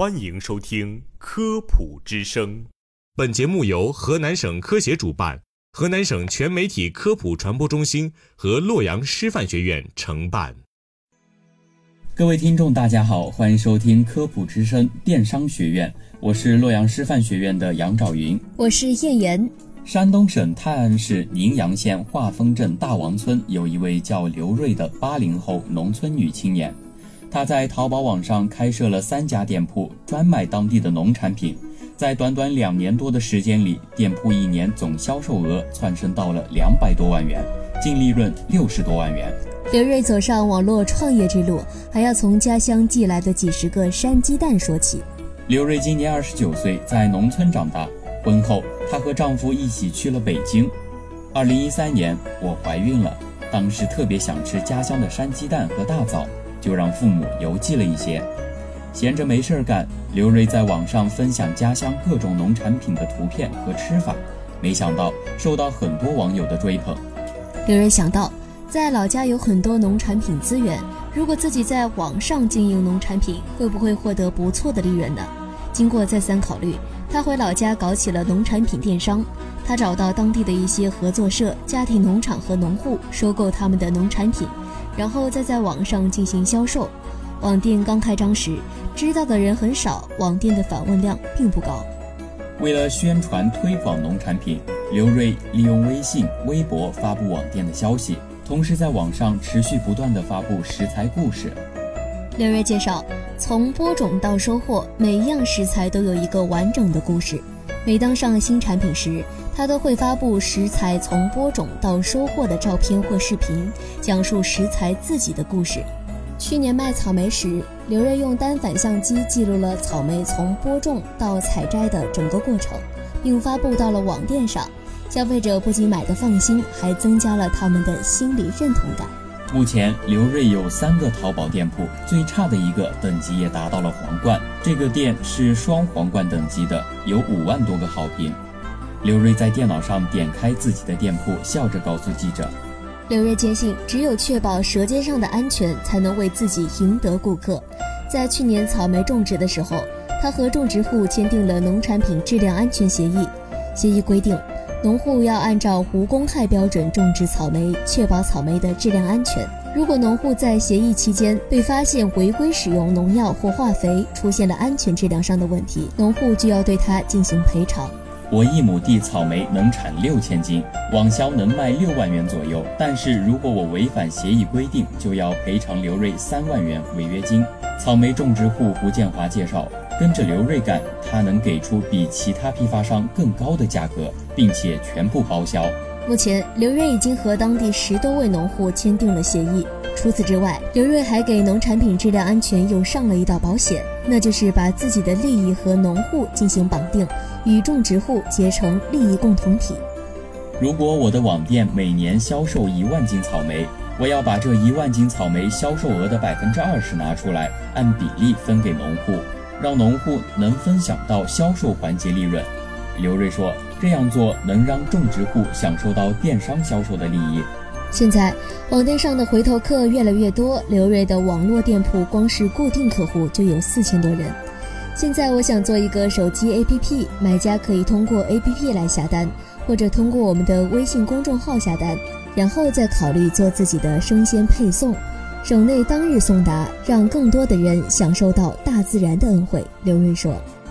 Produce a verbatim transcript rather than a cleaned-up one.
欢迎收听科普之声。本节目由河南省科协主办，河南省全媒体科普传播中心和洛阳师范学院承办。 各位听众大家好，欢迎收听科普之声电商学院，我是洛阳师范学院的杨兆云， 我是燕妍。 山东省泰安市宁阳县化丰镇大王村有一位叫刘瑞的八零后农村女青年，她在淘宝网上开设了三家店铺，专卖当地的农产品。在短短两年多的时间里，店铺一年总销售额窜升到了两百多万元，净利润六十多万元。 刘瑞走上网络创业之路，还要从家乡寄来的几十个山鸡蛋说起。 刘瑞今年二十九岁，在农村长大。婚后，她和丈夫一起去了北京。二零一三年，我怀孕了，当时特别想吃家乡的山鸡蛋和大枣，就让父母邮寄了一些。闲着没事干，刘瑞在网上分享家乡各种农产品的图片和吃法，没想到受到很多网友的追捧。 刘瑞想到，在老家有很多农产品资源，如果自己在网上经营农产品，会不会获得不错的利润呢？经过再三考虑，他回老家搞起了农产品电商。他找到当地的一些合作社、家庭农场和农户，收购他们的农产品，然后再在网上进行销售。网店刚开张时，知道的人很少，网店的访问量并不高。 为了宣传推广农产品，刘瑞利用微信、微博发布网店的消息，同时在网上持续不断地发布食材故事。 刘瑞介绍，从播种到收获，每一样食材都有一个完整的故事。每当上新产品时，他都会发布食材从播种到收获的照片或视频，讲述食材自己的故事。去年卖草莓时，刘瑞用单反相机记录了草莓从播种到采摘的整个过程，并发布到了网店上。消费者不仅买得放心，还增加了他们的心理认同感。 目前刘瑞有三个淘宝店铺，最差的一个等级也达到了皇冠，这个店是双皇冠等级的，有五万多个好评。刘瑞在电脑上点开自己的店铺，笑着告诉记者， 刘瑞坚信，只有确保舌尖上的安全，才能为自己赢得顾客。在去年草莓种植的时候，他和种植户签订了农产品质量安全协议。协议规定，农户要按照无公害标准种植草莓，确保草莓的质量安全。如果农户在协议期间被发现违规使用农药或化肥，出现了安全质量上的问题，农户就要对他进行赔偿。 我一亩地草莓能产六千斤，网销能卖六万元左右，但是如果我违反协议规定，就要赔偿刘瑞三万元违约金。草莓种植户胡建华介绍，跟着刘瑞干，他能给出比其他批发商更高的价格，并且全部包销。 目前，刘瑞已经和当地十多位农户签订了协议。除此之外，刘瑞还给农产品质量安全又上了一道保险，那就是把自己的利益和农户进行绑定，与种植户结成利益共同体。 如果我的网店每年销售一万斤草莓，我要把这一万斤草莓销售额的百分之二十拿出来，按比例分给农户，让农户能分享到销售环节利润。刘瑞说，这样做能让种植户享受到电商销售的利益。 现在网店上的回头客越来越多，刘瑞的网络店铺光是固定客户就有四千多人。现在我想做一个手机 A P P， 买家可以通过 A P P 来下单，或者通过我们的微信公众号下单，然后再考虑做自己的生鲜配送，省内当日送达，让更多的人享受到大自然的恩惠。刘瑞说。